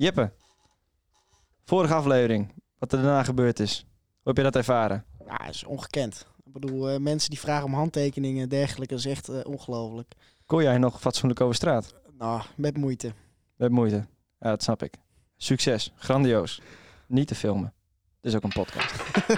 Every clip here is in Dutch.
Jeppe, vorige aflevering, wat er daarna gebeurd is. Hoe heb je dat ervaren? Ja, dat is ongekend. Ik bedoel, mensen die vragen om handtekeningen en dergelijke, dat is echt ongelooflijk. Kon jij nog fatsoenlijk over straat? Nou, met moeite. Met moeite. Ja, dat snap ik. Succes. Grandioos. Niet te filmen. Dit is ook een podcast.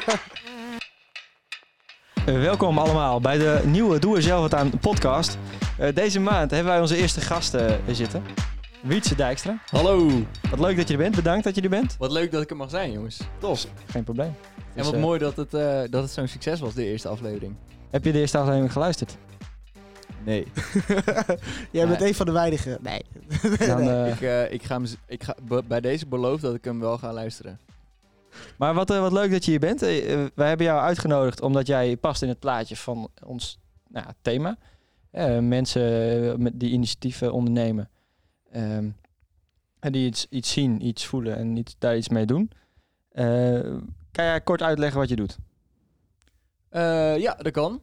Welkom allemaal bij de nieuwe Doe er zelf wat aan podcast. Deze maand hebben wij onze eerste gast zitten. Wietse Dijkstra. Hallo. Wat leuk dat je er bent. Bedankt dat je er bent. Wat leuk dat ik er mag zijn, jongens. Tof. Geen probleem. En wat mooi dat het zo'n succes was, de eerste aflevering. Heb je de eerste aflevering geluisterd? Nee. Jij bent een van de weinigen. Nee. Dan, Ik ga bij deze beloof dat ik hem wel ga luisteren. Maar wat leuk dat je hier bent. Wij hebben jou uitgenodigd omdat jij past in het plaatje van ons thema. Mensen die initiatieven ondernemen. En die iets zien, iets voelen en daar iets mee doen. Kan jij kort uitleggen wat je doet? Ja, dat kan.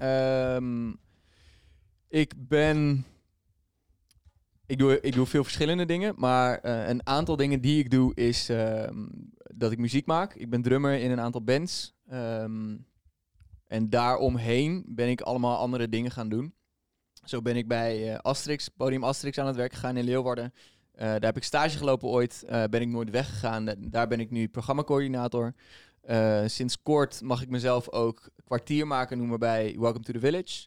Ik doe veel verschillende dingen, maar een aantal dingen die ik doe is dat ik muziek maak. Ik ben drummer in een aantal bands. En daaromheen ben ik allemaal andere dingen gaan doen. Zo ben ik bij Podium Asterix aan het werk gegaan in Leeuwarden. Daar heb ik stage gelopen ooit, ben ik nooit weggegaan. Daar ben ik nu programmacoördinator. Sinds kort mag ik mezelf ook kwartiermaker noemen bij Welcome to the Village.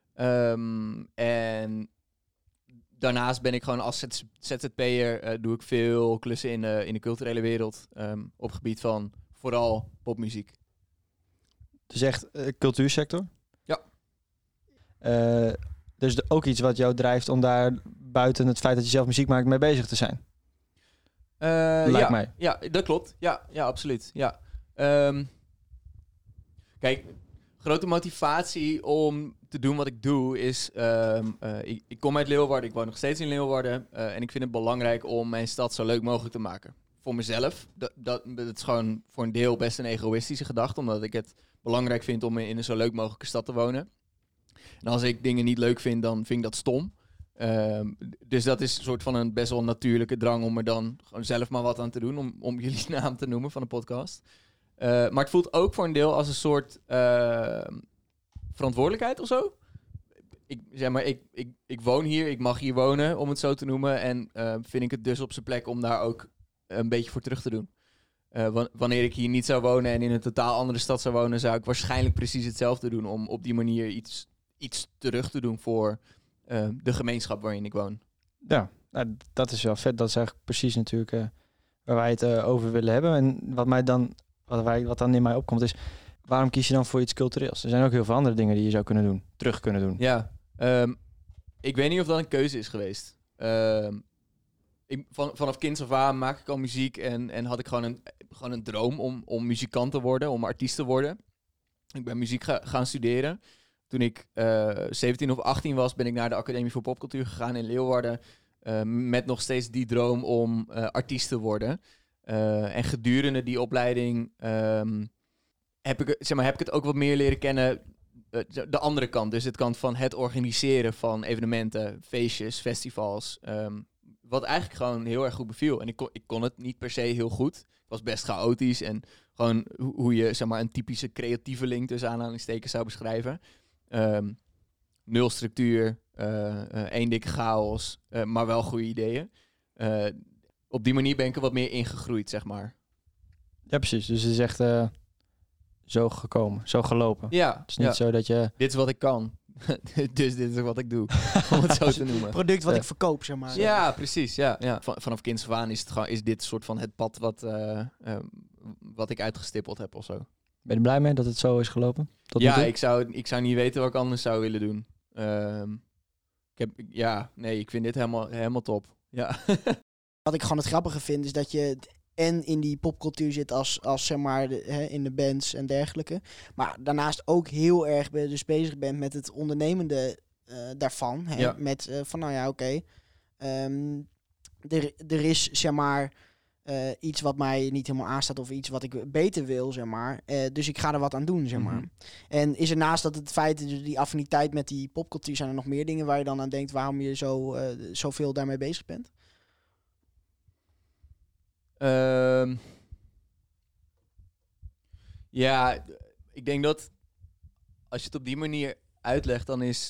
En daarnaast ben ik gewoon als ZZP'er, doe ik veel klussen in de culturele wereld. Op gebied van vooral popmuziek. Dus echt cultuursector? Ja. Dus ook iets wat jou drijft om daar buiten het feit dat je zelf muziek maakt mee bezig te zijn? Lijkt mij. Ja, dat klopt. Ja, absoluut. Ja. Kijk, grote motivatie om te doen wat ik doe is... ik kom uit Leeuwarden, ik woon nog steeds in Leeuwarden. En ik vind het belangrijk om mijn stad zo leuk mogelijk te maken. Voor mezelf. Dat is gewoon voor een deel best een egoïstische gedachte. Omdat ik het belangrijk vind om in een zo leuk mogelijke stad te wonen. En als ik dingen niet leuk vind, dan vind ik dat stom. Dus dat is een soort van een best wel natuurlijke drang om er dan gewoon zelf maar wat aan te doen. Om jullie naam te noemen van de podcast. Maar het voelt ook voor een deel als een soort verantwoordelijkheid of zo. Ik woon hier, ik mag hier wonen, om het zo te noemen. En vind ik het dus op zijn plek om daar ook een beetje voor terug te doen. Wanneer ik hier niet zou wonen en in een totaal andere stad zou wonen, zou ik waarschijnlijk precies hetzelfde doen. Om op die manier iets terug te doen voor de gemeenschap waarin ik woon. Ja, nou, dat is wel vet. Dat is eigenlijk precies natuurlijk waar wij het over willen hebben. En wat dan in mij opkomt is, waarom kies je dan voor iets cultureels? Er zijn ook heel veel andere dingen die je zou kunnen doen, terug kunnen doen. Ja, ik weet niet of dat een keuze is geweest. Vanaf kinds af aan maak ik al muziek en had ik gewoon een droom om muzikant te worden, om artiest te worden. Ik ben muziek gaan studeren. Toen ik 17 of 18 was, ben ik naar de Academie voor Popcultuur gegaan in Leeuwarden. Met nog steeds die droom om artiest te worden. En gedurende die opleiding heb ik het ook wat meer leren kennen. De andere kant, dus het kant van het organiseren van evenementen, feestjes, festivals. Wat eigenlijk gewoon heel erg goed beviel. En ik kon het niet per se heel goed. Het was best chaotisch en gewoon hoe je een typische creatieveling tussen aanhalingstekens zou beschrijven. Nul structuur, één dikke chaos, maar wel goede ideeën. Op die manier ben ik er wat meer ingegroeid, zeg maar. Ja, precies. Dus het is echt zo gekomen, zo gelopen. Ja. Het is niet zo dat je... Dit is wat ik kan. Dus dit is wat ik doe, om het zo te noemen. Product wat ik verkoop, zeg maar. Ja, precies. Ja. Vanaf kinds af aan is dit soort van het pad wat ik uitgestippeld heb of zo. Ben je er blij mee dat het zo is gelopen? Ik zou niet weten wat ik anders zou willen doen. Ik vind dit helemaal top. Ja. Wat ik gewoon het grappige vind, is dat je en in die popcultuur zit als zeg maar, in de bands en dergelijke. Maar daarnaast ook heel erg bezig bent met het ondernemende daarvan. Hè? Ja. Met er is, zeg maar, iets wat mij niet helemaal aanstaat of iets wat ik beter wil, zeg maar. Dus ik ga er wat aan doen, zeg maar. Mm-hmm. En is er naast dat het feit, die affiniteit met die popcultuur, zijn er nog meer dingen waar je dan aan denkt waarom je zoveel daarmee bezig bent? Ja, ik denk dat als je het op die manier uitlegt,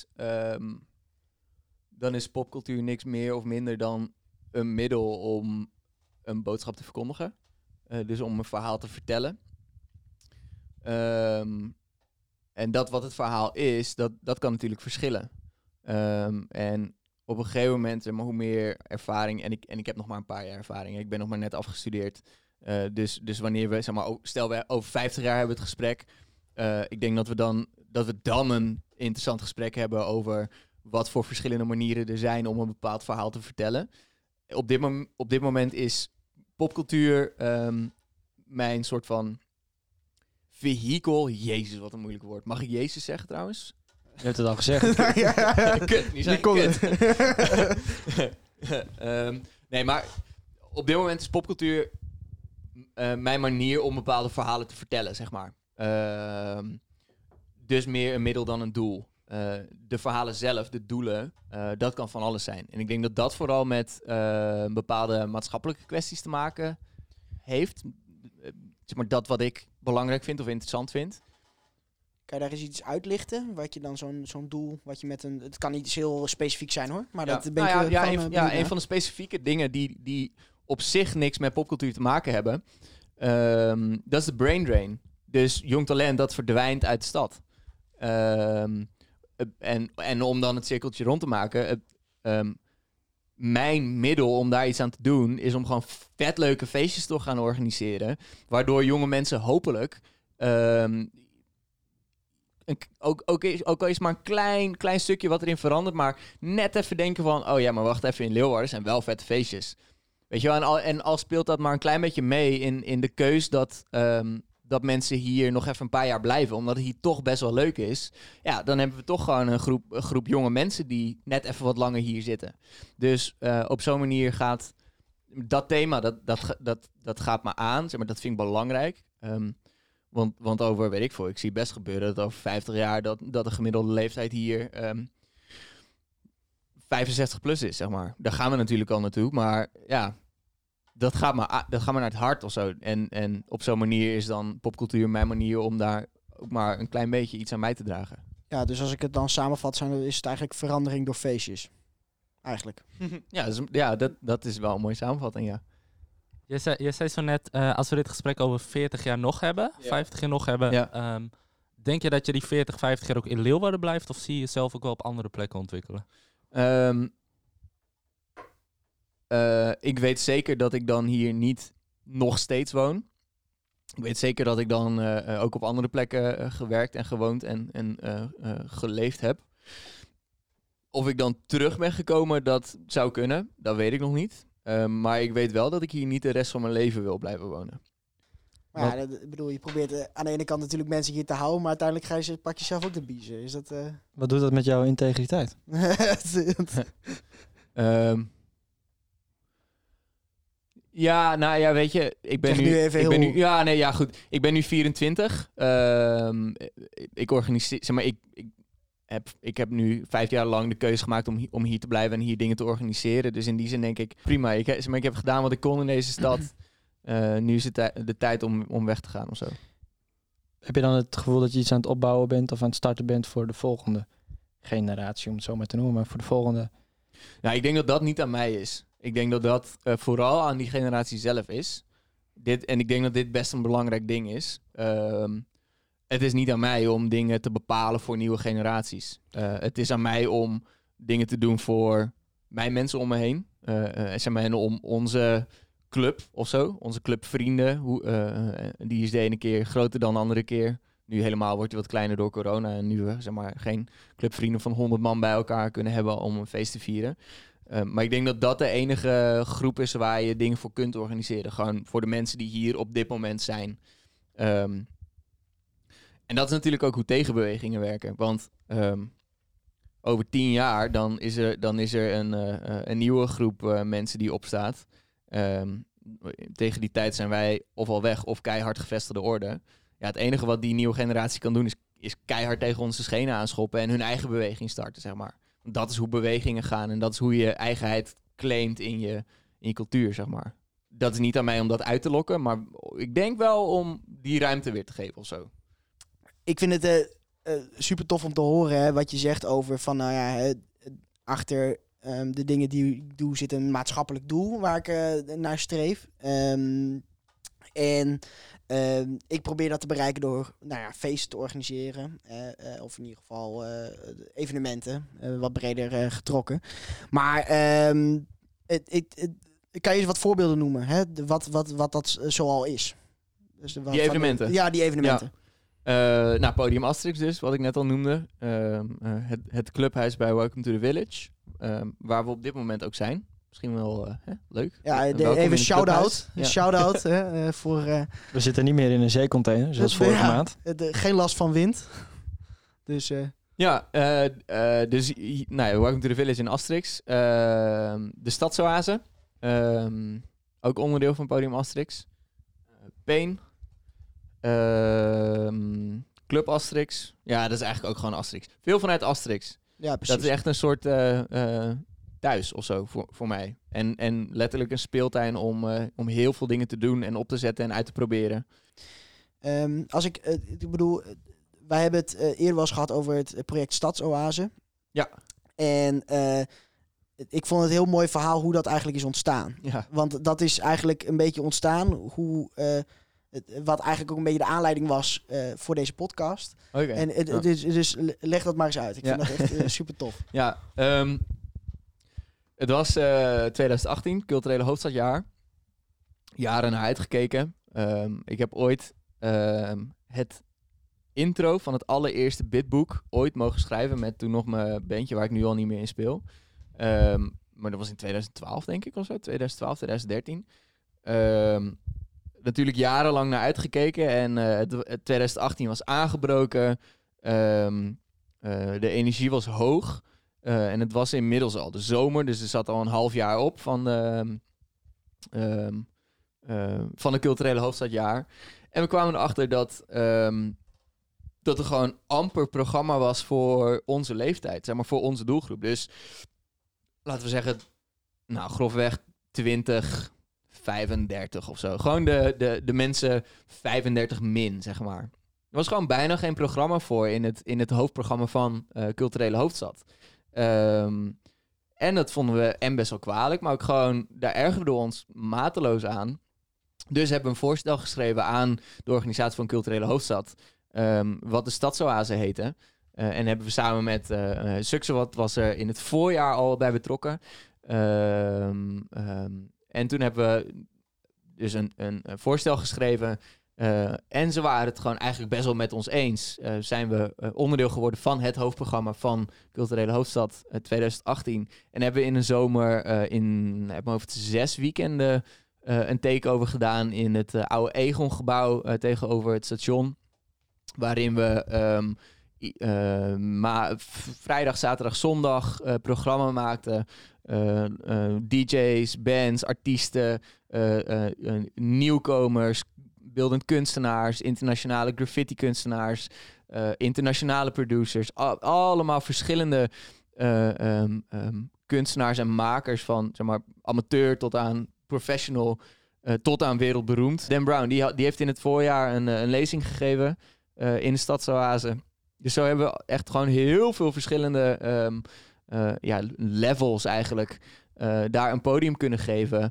dan is popcultuur niks meer of minder dan een middel om een boodschap te verkondigen. Dus om een verhaal te vertellen. En dat wat het verhaal is, dat kan natuurlijk verschillen. En op een gegeven moment, maar hoe meer ervaring, en ik heb nog maar een paar jaar ervaring, ik ben nog maar net afgestudeerd. Dus wanneer we, stel we over 50 jaar hebben het gesprek, ik denk dat we dan een interessant gesprek hebben over wat voor verschillende manieren er zijn om een bepaald verhaal te vertellen. Op dit moment is popcultuur mijn soort van vehikel. Jezus, wat een moeilijk woord. Mag ik Jezus zeggen trouwens? Je hebt het al gezegd. Kut, die zijn kut. Nee, maar op dit moment is popcultuur mijn manier om bepaalde verhalen te vertellen, zeg maar. Dus meer een middel dan een doel. De verhalen zelf, de doelen, dat kan van alles zijn. En ik denk dat dat vooral met bepaalde maatschappelijke kwesties te maken heeft. Zeg maar dat wat ik belangrijk vind of interessant vind. Kan je daar eens iets uitlichten? Wat je dan zo'n doel, wat je met een... Het kan niet heel specifiek zijn hoor, maar dat ben ik een van de specifieke dingen die op zich niks met popcultuur te maken hebben, dat is de brain drain. Dus jong talent dat verdwijnt uit de stad. En om dan het cirkeltje rond te maken, mijn middel om daar iets aan te doen is om gewoon vet leuke feestjes te gaan organiseren, waardoor jonge mensen hopelijk ook al is maar een klein stukje wat erin verandert, maar net even denken van, oh ja, maar wacht even, in Leeuwarden zijn wel vette feestjes. Weet je wel, en al speelt dat maar een klein beetje mee in de keus dat mensen hier nog even een paar jaar blijven, omdat het hier toch best wel leuk is. Ja, dan hebben we toch gewoon een groep jonge mensen die net even wat langer hier zitten. Dus op zo'n manier gaat dat thema, dat gaat me aan, zeg maar, dat vind ik belangrijk. Want over, weet ik veel, ik zie best gebeuren dat over 50 jaar dat de gemiddelde leeftijd hier 65 plus is, zeg maar. Daar gaan we natuurlijk al naartoe, maar ja, dat gaat me naar het hart of zo. En op zo'n manier is dan popcultuur mijn manier om daar ook maar een klein beetje iets aan bij te dragen. Ja, dus als ik het dan samenvat, is het eigenlijk verandering door feestjes. Eigenlijk. Dat is wel een mooie samenvatting, ja. Je zei zo net, als we dit gesprek over 40 jaar nog hebben, 50 jaar nog hebben, denk je dat je die 40, 50 jaar ook in Leeuwarden blijft, of zie je jezelf ook wel op andere plekken ontwikkelen? Ik weet zeker dat ik dan hier niet nog steeds woon. Ik weet zeker dat ik dan ook op andere plekken gewerkt en gewoond en geleefd heb. Of ik dan terug ben gekomen, dat zou kunnen. Dat weet ik nog niet. Maar ik weet wel dat ik hier niet de rest van mijn leven wil blijven wonen. Maar ja, ik bedoel, je probeert aan de ene kant natuurlijk mensen hier te houden, maar uiteindelijk pak je zelf ook de biezen. Is dat... Wat doet dat met jouw integriteit? Ja, nou ja, weet je, ik ben nu 24. Ik organiseer, zeg maar, ik heb nu 5 jaar lang de keuze gemaakt om hier te blijven en hier dingen te organiseren. Dus in die zin denk ik, prima. Ik heb gedaan wat ik kon in deze stad. Nu is het de tijd om weg te gaan of zo. Heb je dan het gevoel dat je iets aan het opbouwen bent of aan het starten bent voor de volgende generatie, om het zo maar te noemen, maar voor de volgende? Nou, ik denk dat dat niet aan mij is. Ik denk dat vooral aan die generatie zelf is. En ik denk dat dit best een belangrijk ding is. Het is niet aan mij om dingen te bepalen voor nieuwe generaties. Het is aan mij om dingen te doen voor mijn mensen om me heen. En om onze club of zo. Onze clubvrienden. Die is de ene keer groter dan de andere keer. Nu helemaal wordt hij wat kleiner door corona. En nu we geen clubvrienden van 100 man bij elkaar kunnen hebben om een feest te vieren. Maar ik denk dat dat de enige groep is waar je dingen voor kunt organiseren. Gewoon voor de mensen die hier op dit moment zijn. En dat is natuurlijk ook hoe tegenbewegingen werken. Want over 10 jaar dan is er een nieuwe groep mensen die opstaat. Tegen die tijd zijn wij of al weg of keihard gevestigde orde. Ja, het enige wat die nieuwe generatie kan doen is keihard tegen onze schenen aanschoppen en hun eigen beweging starten, zeg maar. Dat is hoe bewegingen gaan en dat is hoe je eigenheid claimt in je cultuur, zeg maar. dat is niet aan mij om dat uit te lokken. Maar ik denk wel om die ruimte weer te geven of zo. Ik vind het super tof om te horen, hè, wat je zegt over van, nou ja, achter de dingen die ik doe zit een maatschappelijk doel waar ik naar streef. En ik probeer dat te bereiken door feesten te organiseren. Of in ieder geval evenementen, wat breder getrokken. Maar kan je eens wat voorbeelden noemen, hè? Wat dat zoal is? Dus die evenementen? Die evenementen. Ja. Podium Asterix dus, wat ik net al noemde. Het clubhuis bij Welcome to the Village. Waar we op dit moment ook zijn. Misschien wel leuk. Ja, even shout-out. Ja. Shout-out voor... We zitten niet meer in een zeecontainer, zoals vorige maand. Geen last van wind. Dus... Dus Welcome to the Village in Asterix. De Stadsoase. Ook onderdeel van Podium Asterix. Pain. Club Asterix. Ja, dat is eigenlijk ook gewoon Asterix. Veel vanuit Asterix. Ja, precies. Dat is echt een soort thuis of zo voor mij. En letterlijk een speeltuin om heel veel dingen te doen en op te zetten en uit te proberen. Ik bedoel, wij hebben het eerder wel eens gehad over het project Stadsoase. Ja. En ik vond het een heel mooi verhaal hoe dat eigenlijk is ontstaan. Ja. Want dat is eigenlijk een beetje ontstaan hoe... wat eigenlijk ook een beetje de aanleiding was voor deze podcast. Okay. En dus leg dat maar eens uit. Ik vind dat echt super tof. Ja, het was 2018, culturele hoofdstadjaar. Jaren naar uitgekeken. Ik heb ooit het intro van het allereerste bidboek ooit mogen schrijven met toen nog mijn bandje waar ik nu al niet meer in speel. Maar dat was in 2012 denk ik of zo, 2012, 2013. Natuurlijk jarenlang naar uitgekeken en 2018 was aangebroken. De energie was hoog en het was inmiddels al de zomer, dus er zat al een half jaar op van het culturele hoofdstadjaar. En we kwamen erachter dat er gewoon amper programma was voor onze leeftijd, zeg maar voor onze doelgroep. Dus laten we zeggen, grofweg 20, 35 of zo. Gewoon de mensen 35 min, zeg maar. Er was gewoon bijna geen programma voor in het hoofdprogramma van Culturele Hoofdstad. En dat vonden we best wel kwalijk, maar ook gewoon, daar ergerden we ons mateloos aan. Dus hebben we een voorstel geschreven aan de organisatie van Culturele Hoofdstad, wat de Stadsoase heette. En hebben we samen met Suksewat was er in het voorjaar al bij betrokken. En toen hebben we dus een voorstel geschreven. En ze waren het gewoon eigenlijk best wel met ons eens. Zijn we onderdeel geworden van het hoofdprogramma van Culturele Hoofdstad 2018. En hebben we in een zomer in mijn hoofd 6 weekenden een takeover gedaan in het oude Egon-gebouw tegenover het station. Waarin we vrijdag, zaterdag, zondag programma maakten. DJ's, bands, artiesten, nieuwkomers, beeldend kunstenaars, internationale graffiti-kunstenaars, internationale producers. Allemaal verschillende kunstenaars en makers van, zeg maar, amateur tot aan professional, tot aan wereldberoemd. Dan Brown, die heeft in het voorjaar een lezing gegeven in de Stadsoase. Dus zo hebben we echt gewoon heel veel verschillende levels eigenlijk daar een podium kunnen geven.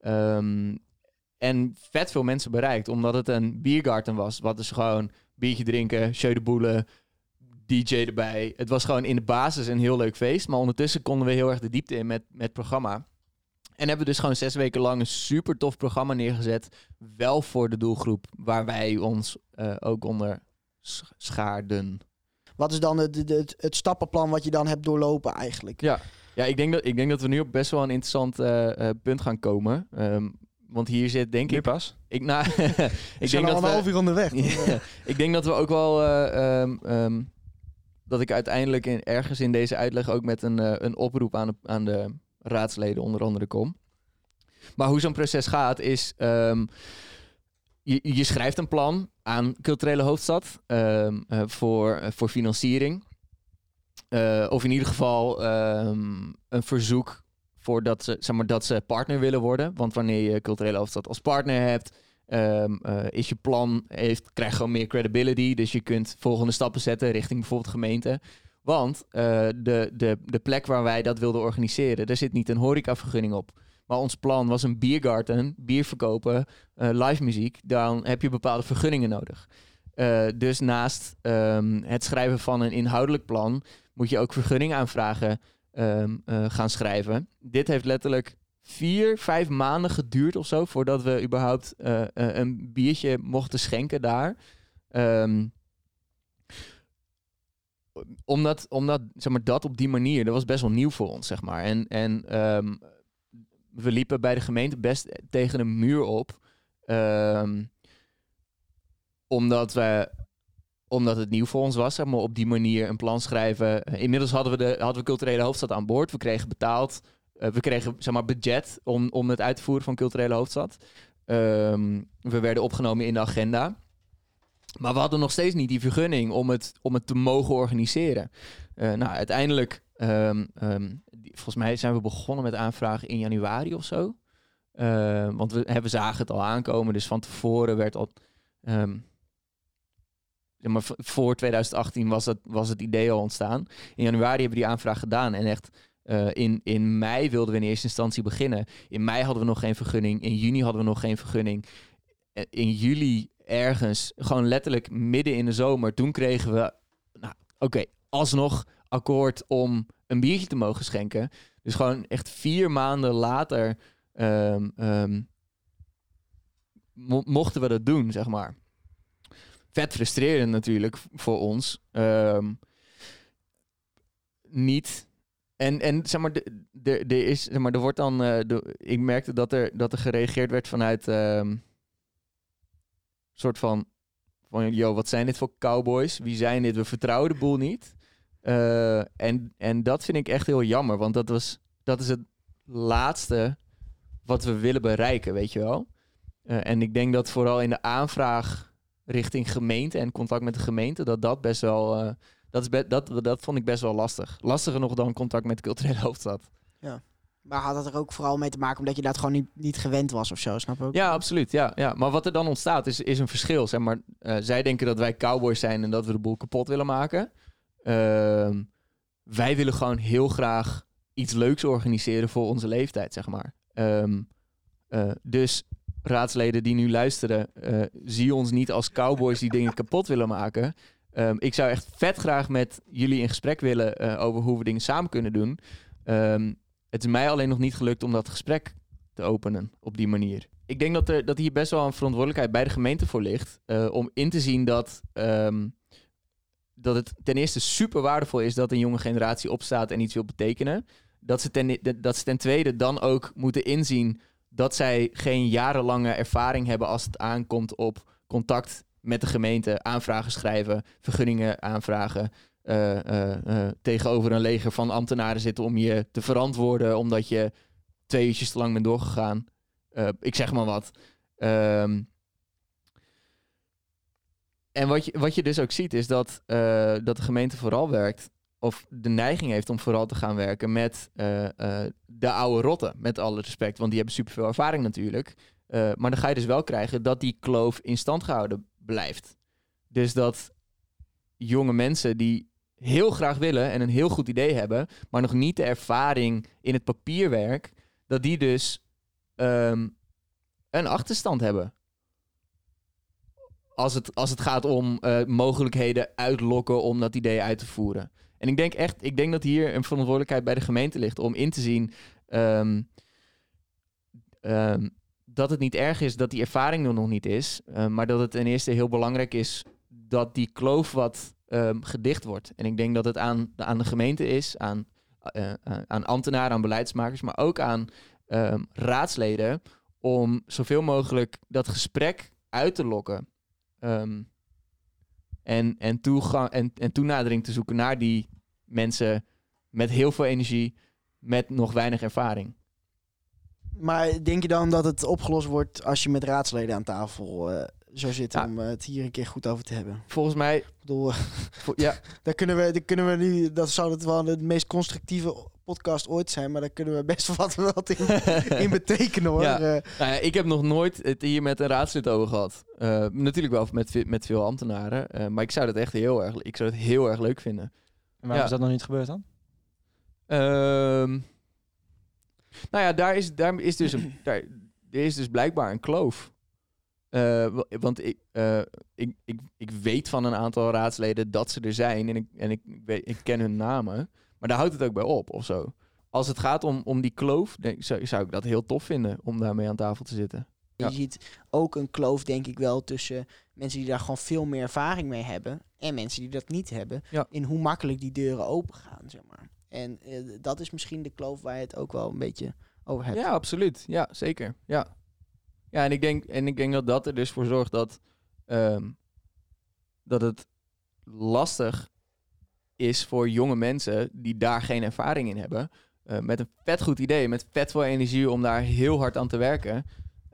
En vet veel mensen bereikt, omdat het een biergarten was. Wat dus gewoon biertje drinken, jeu de boule, DJ erbij. Het was gewoon in de basis een heel leuk feest. Maar ondertussen konden we heel erg de diepte in met het programma. En hebben dus gewoon 6 weken lang een super tof programma neergezet. Wel voor de doelgroep waar wij ons ook onder schaarden. Wat is dan het stappenplan wat je dan hebt doorlopen eigenlijk? Ja, ik denk dat we nu op best wel een interessant punt gaan komen. Want hier zit denk ik... Nu pas? Ik denk al een half uur onderweg. Ik denk dat we ook wel... dat ik uiteindelijk ergens in deze uitleg ook met een oproep aan de raadsleden onder andere kom. Maar hoe zo'n proces gaat is... Je schrijft een plan aan Culturele Hoofdstad voor financiering. Of in ieder geval een verzoek voordat ze, zeg maar, dat ze partner willen worden. Want wanneer je culturele hoofdstad als partner hebt, is je plan, krijgt gewoon meer credibility. Dus je kunt volgende stappen zetten richting bijvoorbeeld gemeente. Want de plek waar wij dat wilden organiseren, daar zit niet een horecavergunning op. Maar ons plan was een biergarten, bier verkopen, live muziek. Dan heb je bepaalde vergunningen nodig. Dus naast het schrijven van een inhoudelijk plan moet je ook vergunningaanvragen gaan schrijven. Dit heeft letterlijk 4-5 maanden geduurd of zo voordat we überhaupt een biertje mochten schenken daar. Omdat zeg maar, dat op die manier, dat was best wel nieuw voor ons, zeg maar. En we liepen bij de gemeente best tegen een muur op. Omdat het nieuw voor ons was, zeg maar, op die manier een plan schrijven. Inmiddels hadden we culturele hoofdstad aan boord. We kregen betaald. We kregen, zeg maar, budget om het uit te voeren van culturele hoofdstad. We werden opgenomen in de agenda. Maar we hadden nog steeds niet die vergunning om het te mogen organiseren. Uiteindelijk, volgens mij zijn we begonnen met aanvragen in januari of zo. Want we zagen het al aankomen. Dus van tevoren werd al... maar voor 2018 was het idee al ontstaan. In januari hebben we die aanvraag gedaan. En echt in mei wilden we in eerste instantie beginnen. In mei hadden we nog geen vergunning. In juni hadden we nog geen vergunning. In juli ergens, gewoon letterlijk midden in de zomer, toen kregen we, alsnog akkoord om een biertje te mogen schenken. Dus gewoon echt 4 maanden later mochten we dat doen, zeg maar. Vet frustrerend natuurlijk voor ons. Niet. En zeg maar, er is, zeg maar, er wordt dan. Ik merkte dat er gereageerd werd vanuit soort van yo, wat zijn dit voor cowboys? Wie zijn dit? We vertrouwen de boel niet. En dat vind ik echt heel jammer, want dat is het laatste wat we willen bereiken, weet je wel. En ik denk dat vooral in de aanvraag richting gemeente en contact met de gemeente, dat best wel... Dat vond ik best wel lastig. Lastiger nog dan contact met de culturele hoofdstad. Ja. Maar had dat er ook vooral mee te maken omdat je dat gewoon niet gewend was of zo, snap je ook? Ja, absoluut. Ja. Maar wat er dan ontstaat is een verschil. Zeg maar, zij denken dat wij cowboys zijn en dat we de boel kapot willen maken. Wij willen gewoon heel graag iets leuks organiseren voor onze leeftijd, zeg maar. Dus raadsleden die nu luisteren, zie ons niet als cowboys die dingen kapot willen maken. Ik zou echt vet graag met jullie in gesprek willen over hoe we dingen samen kunnen doen. Het is mij alleen nog niet gelukt om dat gesprek te openen op die manier. Ik denk dat hier best wel een verantwoordelijkheid bij de gemeente voor ligt. Om in te zien dat het ten eerste super waardevol is dat een jonge generatie opstaat en iets wil betekenen. Dat ze ten tweede dan ook moeten inzien dat zij geen jarenlange ervaring hebben als het aankomt op contact met de gemeente, aanvragen schrijven, vergunningen aanvragen, tegenover een leger van ambtenaren zitten om je te verantwoorden omdat je 2 uurtjes te lang bent doorgegaan. Ik zeg maar wat. En wat je dus ook ziet is dat de gemeente vooral werkt, of de neiging heeft om vooral te gaan werken met de oude rotten, met alle respect, want die hebben superveel ervaring natuurlijk. Maar dan ga je dus wel krijgen dat die kloof in stand gehouden blijft. Dus dat jonge mensen die heel graag willen en een heel goed idee hebben, maar nog niet de ervaring in het papierwerk, dat die dus een achterstand hebben. Als het gaat om mogelijkheden uitlokken om dat idee uit te voeren. En ik denk dat hier een verantwoordelijkheid bij de gemeente ligt om in te zien dat het niet erg is dat die ervaring er nog niet is, maar dat het ten eerste heel belangrijk is dat die kloof wat gedicht wordt. En ik denk dat het aan de gemeente is, aan ambtenaren, aan beleidsmakers, maar ook aan raadsleden om zoveel mogelijk dat gesprek uit te lokken. En toenadering te zoeken naar die mensen met heel veel energie, met nog weinig ervaring. Maar denk je dan dat het opgelost wordt als je met raadsleden aan tafel zou zitten om het hier een keer goed over te hebben? Volgens mij... Ik bedoel, dat zou het wel de meest constructieve podcast ooit zijn, maar daar kunnen we best wat in betekenen, hoor. Ja. Nou ja, ik heb nog nooit het hier met een raadslid over gehad. Natuurlijk wel met veel ambtenaren. Maar ik zou het echt heel erg leuk vinden. En waarom is dat nog niet gebeurd dan? Nou ja, daar is dus blijkbaar een kloof. Want ik weet van een aantal raadsleden dat ze er zijn. En ik ken hun namen. Maar daar houdt het ook bij op, of zo. Als het gaat om die kloof, zou ik dat heel tof vinden om daarmee aan tafel te zitten. Ja. Je ziet ook een kloof, denk ik wel, tussen mensen die daar gewoon veel meer ervaring mee hebben en mensen die dat niet hebben. Ja. In hoe makkelijk die deuren open gaan, zeg maar. En dat is misschien de kloof waar je het ook wel een beetje over hebt. Ja, absoluut. Ja, zeker. Ja, en ik denk dat dat er dus voor zorgt dat het lastig is voor jonge mensen die daar geen ervaring in hebben. Met een vet goed idee, met vet veel energie om daar heel hard aan te werken.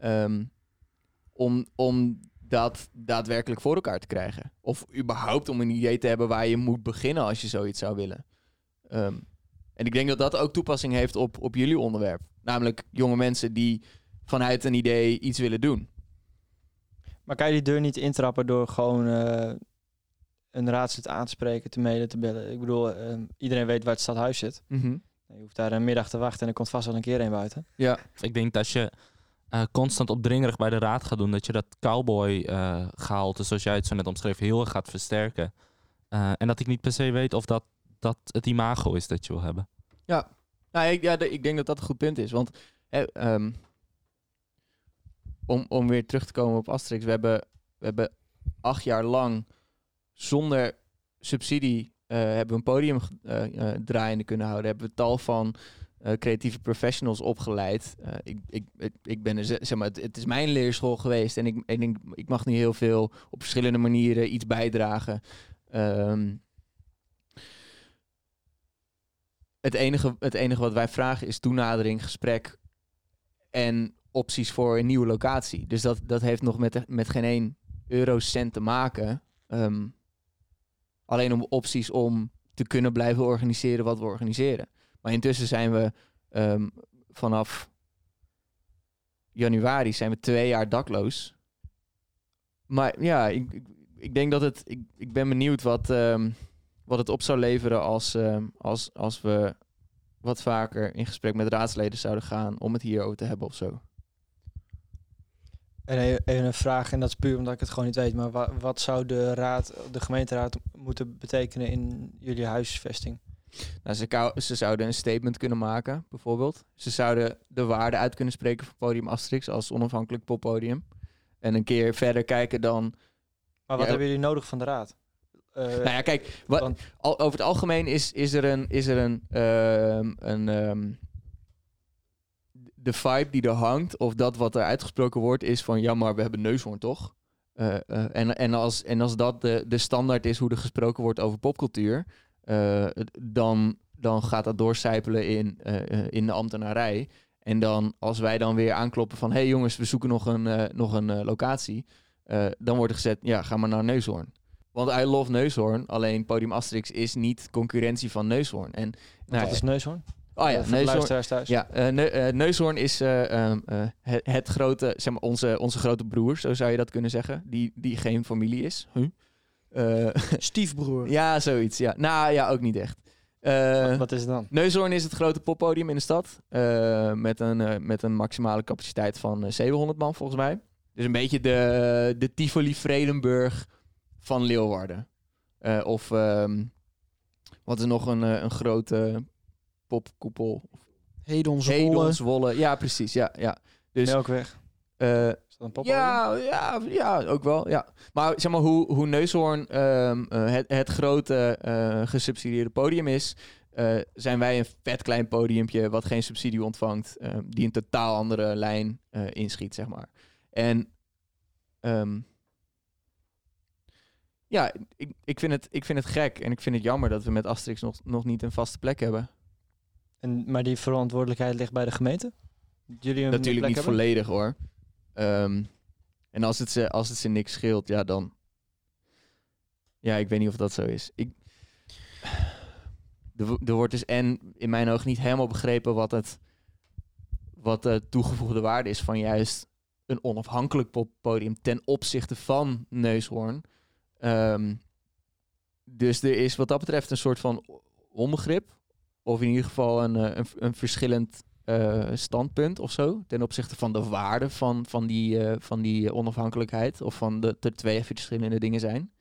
Om dat daadwerkelijk voor elkaar te krijgen. Of überhaupt om een idee te hebben waar je moet beginnen als je zoiets zou willen. En ik denk dat dat ook toepassing heeft op jullie onderwerp. Namelijk jonge mensen die vanuit een idee iets willen doen. Maar kan je die deur niet intrappen door gewoon een raadslid aan te spreken, te mailen, te bellen? Ik bedoel, iedereen weet waar het stadhuis zit. Mm-hmm. Je hoeft daar een middag te wachten en er komt vast wel een keer een buiten. Ja. Ik denk dat als je constant opdringerig bij de raad gaat doen, dat je dat cowboy gehalte, zoals jij het zo net omschreef, heel erg gaat versterken. En dat ik niet per se weet of dat het imago is dat je wil hebben. Ja, nou, ik denk dat dat een goed punt is. Want om weer terug te komen op Asterix, we hebben 8 jaar lang zonder subsidie hebben we een podium draaiende kunnen houden. Hebben we tal van creatieve professionals opgeleid. Ik ben zeg maar, het is mijn leerschool geweest en ik mag nu heel veel op verschillende manieren iets bijdragen. Het enige wat wij vragen is toenadering, gesprek en opties voor een nieuwe locatie. Dus dat heeft nog met geen 1 eurocent te maken. Alleen om opties om te kunnen blijven organiseren wat we organiseren. Maar intussen zijn we vanaf januari zijn we 2 jaar dakloos. Maar ja, ik denk dat ik ben benieuwd wat het op zou leveren als we wat vaker in gesprek met raadsleden zouden gaan om het hierover te hebben of zo. En even een vraag, en dat is puur omdat ik het gewoon niet weet, maar wat zou de gemeenteraad moeten betekenen in jullie huisvesting? Nou, ze zouden een statement kunnen maken, bijvoorbeeld. Ze zouden de waarde uit kunnen spreken van Podium Asterix als onafhankelijk poppodium. En een keer verder kijken dan... Maar wat hebben jullie nodig van de raad? Nou ja, kijk, over het algemeen is er de vibe die er hangt, of dat wat er uitgesproken wordt, is van ja, maar we hebben Neushoorn toch? En als dat de standaard is hoe er gesproken wordt over popcultuur, dan gaat dat doorcijpelen in de ambtenarij. En dan, als wij dan weer aankloppen van hey jongens, we zoeken nog een locatie, dan wordt er gezet, ja, ga maar naar Neushoorn. Want I love Neushoorn, alleen Podium Asterix is niet concurrentie van Neushoorn. En wat is Neushoorn? Oh ja, Neushoorn. Thuis. Ja, Neushoorn is het grote, zeg maar onze grote broer, zo zou je dat kunnen zeggen, die geen familie is. Stiefbroer. Ja, zoiets. Ja. Nou ja, ook niet echt. Wat is het dan? Neushoorn is het grote poppodium in de stad, met een maximale capaciteit van 700 man volgens mij. Dus een beetje de Tivoli Vredenburg van Leeuwarden. Wat is nog een grote popkoepel? Hedon Zwolle. Ja, precies. Ja. Dus, Melkweg. Is dat een poppodium? ja, ook wel. Ja. Maar zeg maar hoe Neushoorn het grote gesubsidieerde podium is, zijn wij een vet klein podiumpje wat geen subsidie ontvangt, die een totaal andere lijn inschiet, zeg maar. En ja, ik vind het gek en ik vind het jammer dat we met Asterix nog niet een vaste plek hebben. Maar die verantwoordelijkheid ligt bij de gemeente? Jullie een Natuurlijk plek niet hebben? volledig hoor. En als het ze niks scheelt, ja dan... Ja, ik weet niet of dat zo is. er wordt dus in mijn ogen niet helemaal begrepen wat de toegevoegde waarde is van juist een onafhankelijk poppodium ten opzichte van Neushoorn. Dus er is wat dat betreft een soort van onbegrip. Of in ieder geval een verschillend standpunt of zo. Ten opzichte van de waarde van die onafhankelijkheid. Of van dat er twee verschillende dingen zijn.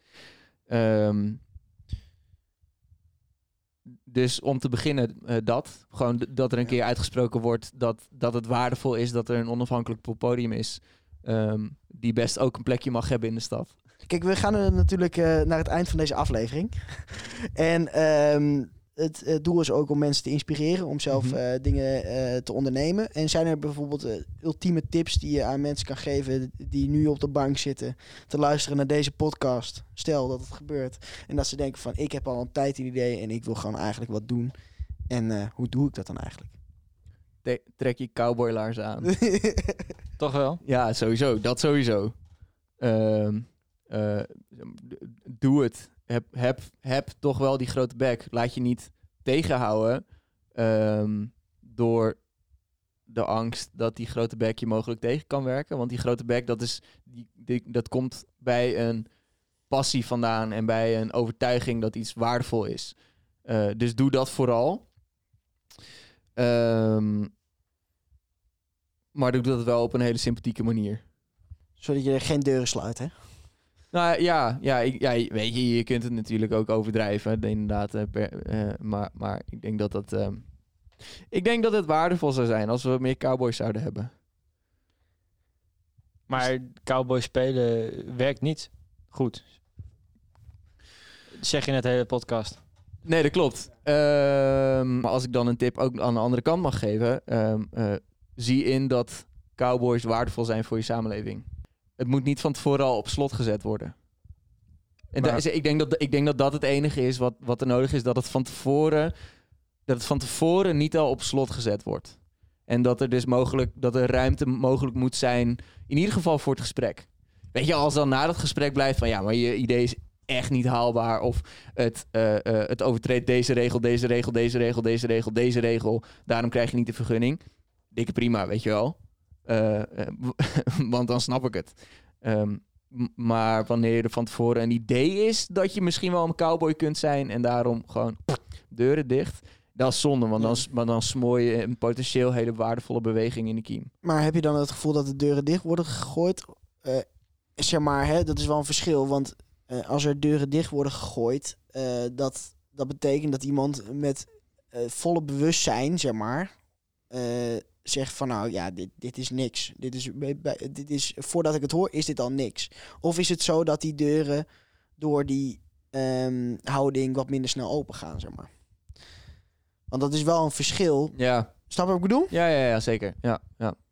Dus om te beginnen gewoon dat er een keer uitgesproken wordt dat het waardevol is dat er een onafhankelijk podium is. Die best ook een plekje mag hebben in de stad. Kijk, we gaan natuurlijk naar het eind van deze aflevering. En het doel is ook om mensen te inspireren om zelf dingen te ondernemen. En zijn er bijvoorbeeld ultieme tips die je aan mensen kan geven die nu op de bank zitten te luisteren naar deze podcast? Stel dat het gebeurt en dat ze denken van ik heb al een tijd een idee en ik wil gewoon eigenlijk wat doen. En hoe doe ik dat dan eigenlijk? Trek je cowboylaars aan. Toch wel? Ja, sowieso. Dat sowieso. Doe het. Heb toch wel die grote bek. Laat je niet tegenhouden door de angst dat die grote bek je mogelijk tegen kan werken. Want die grote bek, dat komt bij een passie vandaan en bij een overtuiging dat iets waardevol is. Dus doe dat vooral. Maar doe dat wel op een hele sympathieke manier. Zodat je geen deuren sluit, hè? Nou ja, weet je kunt het natuurlijk ook overdrijven, inderdaad. Maar ik denk dat het waardevol zou zijn als we meer cowboys zouden hebben. Maar cowboy spelen werkt niet goed. Zeg je net de hele podcast. Nee, dat klopt. Maar als ik dan een tip ook aan de andere kant mag geven, zie in dat cowboys waardevol zijn voor je samenleving. Het moet niet van tevoren al op slot gezet worden. En ik denk dat het enige is wat er nodig is. Dat het van tevoren niet al op slot gezet wordt. En dat er dus dat er ruimte mogelijk moet zijn. In ieder geval voor het gesprek. Weet je, als dan na dat gesprek blijft van ja, maar je idee is echt niet haalbaar. Of het overtreedt deze regel, deze regel, deze regel, deze regel, deze regel. Daarom krijg je niet de vergunning. Dikke prima, weet je wel. Want dan snap ik het. Maar wanneer er van tevoren een idee is dat je misschien wel een cowboy kunt zijn en daarom gewoon deuren dicht, dat is zonde, want dan smoor je een potentieel hele waardevolle beweging in de kiem. Maar heb je dan het gevoel dat de deuren dicht worden gegooid? Zeg maar, hè, dat is wel een verschil, want als er deuren dicht worden gegooid, dat betekent dat iemand met volle bewustzijn, zeg maar, zegt van nou ja, dit is niks. Dit is voordat ik het hoor, is dit al niks. Of is het zo dat die deuren door die houding wat minder snel open gaan, zeg maar. Want dat is wel een verschil. Ja. Snap je wat ik bedoel? Ja, zeker. Ja.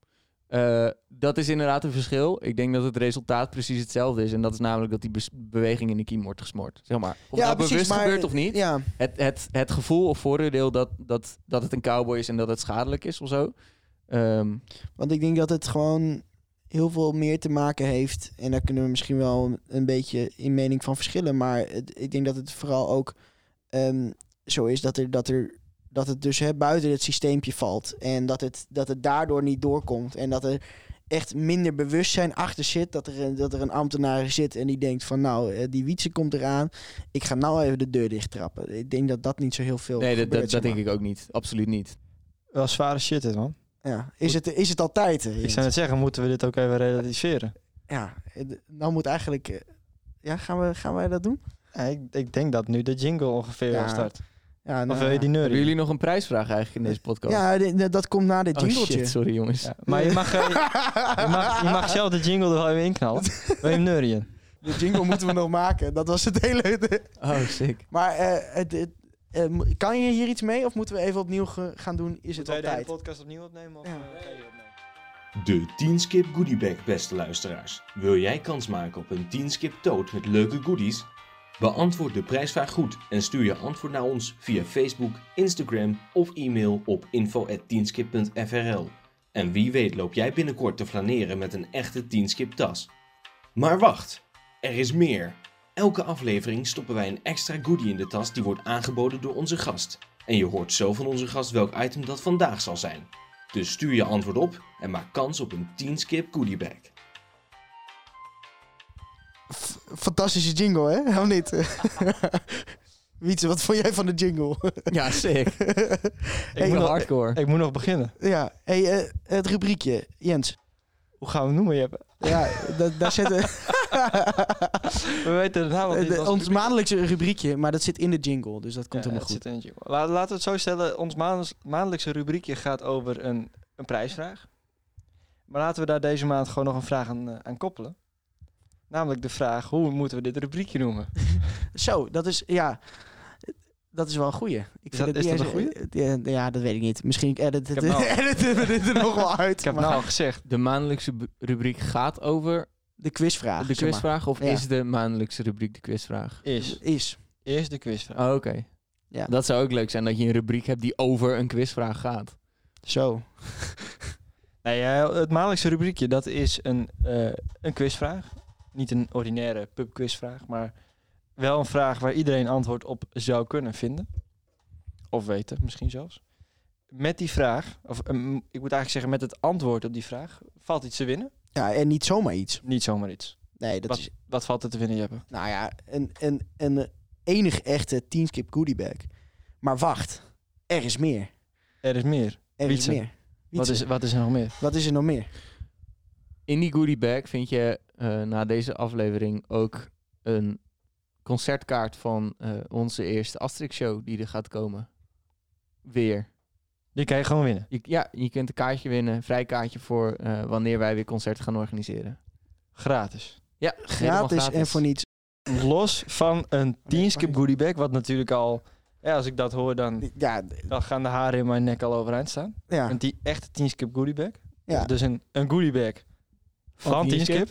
Dat is inderdaad een verschil. Ik denk dat het resultaat precies hetzelfde is. En dat is namelijk dat die beweging in de kiem wordt gesmoord. Zeg maar. Of dat precies, bewust gebeurt of niet. Ja. Het gevoel of vooroordeel dat het een cowboy is en dat het schadelijk is of zo. Want ik denk dat het gewoon heel veel meer te maken heeft. En daar kunnen we misschien wel een beetje in mening van verschillen. Maar ik denk dat het vooral ook zo is dat het dus buiten het systeempje valt. En dat het daardoor niet doorkomt. En dat er echt minder bewustzijn achter zit. Dat er een ambtenaar zit en die denkt van nou, die Wietse komt eraan. Ik ga nou even de deur dicht trappen. Ik denk dat dat niet zo heel veel gebeurt. Dat denk ik ook niet. Absoluut niet. Wel zware shit dit, man. Ja, is het altijd? Ik zou net zeggen, moeten we dit ook even relativeren? Ja, nou moet eigenlijk... gaan wij dat doen? Ja, ik denk dat nu de jingle ongeveer al start. Ja, nou, of wil je die neurie? Hebben jullie nog een prijsvraag eigenlijk in deze podcast? Ja, dat komt na dit jingletje. Oh shit, sorry jongens. Ja, maar je mag zelf de jingle er wel even inknallen. Wil je hem neurien? De jingle moeten we nog maken. Dat was het hele... Oh, sick. Maar kan je hier iets mee? Of moeten we even opnieuw gaan doen? Is het al tijd? de podcast opnieuw opnemen? Of Ja. ga je opnemen? De 10 Skip Goodiebag, beste luisteraars. Wil jij kans maken op een 10 Skip tote met leuke goodies? Beantwoord de prijsvraag goed en stuur je antwoord naar ons via Facebook, Instagram of e-mail op info@10skip.frl. En wie weet loop jij binnenkort te flaneren met een echte 10 Skip tas. Maar wacht, er is meer. Elke aflevering stoppen wij een extra goodie in de tas die wordt aangeboden door onze gast. En je hoort zo van onze gast welk item dat vandaag zal zijn. Dus stuur je antwoord op en maak kans op een Teamskip goodiebag. Fantastische jingle, hè? Of niet? Wietse, wat vond jij van de jingle? Ja, sick. Hey, Ik hardcore. Ik moet nog beginnen. Ja, hey, het rubriekje. Jens. Hoe gaan we het noemen, Jeppe? Ja, daar zit We weten de naam al niet. ons maandelijkse rubriekje, maar dat zit in de jingle, dus dat komt helemaal goed. Zit in de jingle. Laten we het zo stellen. Ons maandelijkse rubriekje gaat over een prijsvraag. Maar laten we daar deze maand gewoon nog een vraag aan koppelen. Namelijk de vraag, hoe moeten we dit rubriekje noemen? Zo, dat is wel een goeie. Is dat een goeie? Ja, dat weet ik niet. Misschien editen Ik heb nou- we dit er nog wel uit. Ik heb maar nou al gezegd. De maandelijkse rubriek gaat over de quizvraag. de zeg maar. quizvraag? Of Ja. is de maandelijkse rubriek de quizvraag? Is. Eerst de quizvraag. Oh, oké. Ja. Dat zou ook leuk zijn, dat je een rubriek hebt die over een quizvraag gaat. Zo. Nee, het maandelijkse rubriekje, dat is een quizvraag. Niet een ordinaire pubquizvraag, maar wel een vraag waar iedereen antwoord op zou kunnen vinden. Of weten, misschien zelfs. Met die vraag, of ik moet eigenlijk zeggen met het antwoord op die vraag, valt iets te winnen. Ja, en niet zomaar iets. Niet zomaar iets. Nee, dat is... Wat valt er te winnen, Jeppe? Nou ja, een enige echte Teamskip goodiebag. Maar wacht, er is meer. Er is meer. Er Wietse. is meer. Wietse, Wat is er nog meer? wat is er nog meer? In die goodiebag vind je na deze aflevering ook een concertkaart van onze eerste Asterix-show die er gaat komen. Weer. Die kan je gewoon winnen. Je kunt een kaartje winnen, vrij kaartje voor wanneer wij weer concerten gaan organiseren. Gratis. Ja, Gratis en voor niets. Los van een Teamskip goodiebag, wat natuurlijk al... Ja, als ik dat hoor, dan Ja, gaan de haren in mijn nek al overeind staan. ja. Een echte Teamskip goodiebag. Ja. Dus een goodiebag van Teamskip.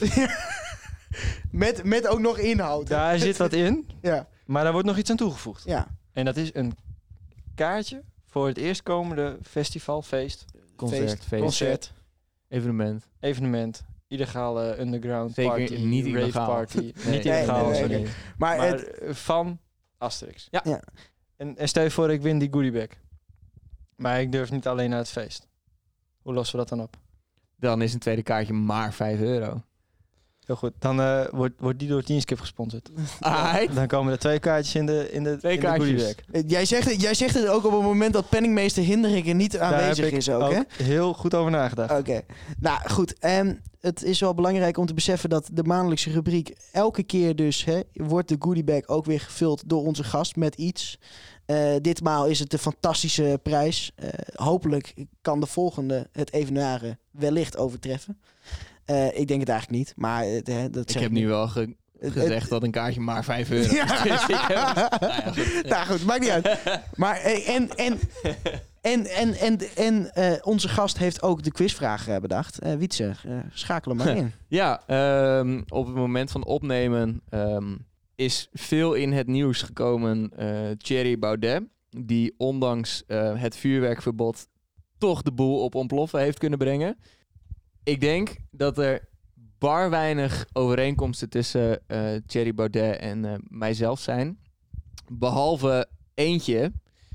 Met ook nog inhoud. Daar zit wat in, Ja, maar daar wordt nog iets aan toegevoegd. ja. En dat is een kaartje voor het eerstkomende festival, feest, Concert. Evenement. evenement, illegale underground Zeker party, niet rave illegaal. party. Nee. Niet illegaal, nee, sorry. nee. Maar, Maar het, van Asterix. Ja. Ja. En stel je voor, ik win die goodiebag. Maar ik durf niet alleen naar het feest. Hoe lossen we dat dan op? Dan is een tweede kaartje maar €5. Heel goed. Dan wordt die door Teamskip gesponsord. Aight. Dan komen er 2 kaartjes in de Twee kaartjes. goodiebag. jij zegt het ook op het moment dat penningmeester Hinderink er niet Daar heb aanwezig ik is ook, hè? heel goed over nagedacht. Oké. Nou, goed. Het is wel belangrijk om te beseffen dat de maandelijkse rubriek elke keer dus wordt de goodiebag ook weer gevuld door onze gast met iets. Ditmaal is het een fantastische prijs. Hopelijk kan de volgende het evenaren wellicht overtreffen. Ik denk het eigenlijk niet, maar dat Ik zeg heb niet. nu wel gezegd dat een kaartje maar €5 is. Ja. Dus ik heb- nou ja, goed. Nou goed, maakt niet uit. Maar onze gast heeft ook de quizvraag bedacht. Wietse, schakel hem maar in. Ja, op het moment van opnemen is veel in het nieuws gekomen Thierry Baudet, die ondanks het vuurwerkverbod toch de boel op ontploffen heeft kunnen brengen. Ik denk dat er bar weinig overeenkomsten tussen Thierry Baudet en mijzelf zijn. Behalve eentje.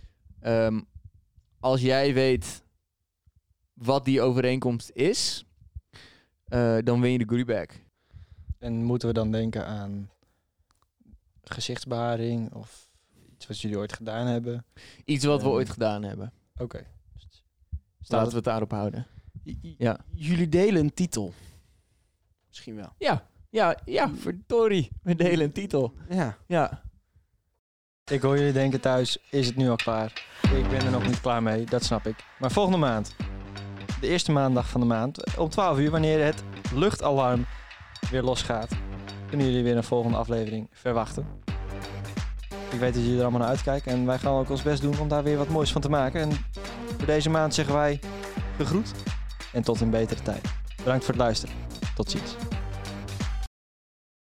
Als jij weet wat die overeenkomst is, dan win je de goodiebag. En moeten we dan denken aan gezichtsbeharing of iets wat jullie ooit gedaan hebben? Iets wat we ooit gedaan hebben. Oké. Laten we het daarop houden. Ja. Jullie delen een titel. Misschien wel. Ja, verdorie. We delen een titel. Ja. Ja. Ik hoor jullie denken thuis, is het nu al klaar? Ik ben er nog niet klaar mee, dat snap ik. Maar volgende maand, de eerste maandag van de maand, om 12 uur, wanneer het luchtalarm weer losgaat, kunnen jullie weer een volgende aflevering verwachten. Ik weet dat jullie er allemaal naar uitkijken en wij gaan ook ons best doen om daar weer wat moois van te maken. En voor deze maand zeggen wij gegroet en tot een betere tijd. Bedankt voor het luisteren. Tot ziens.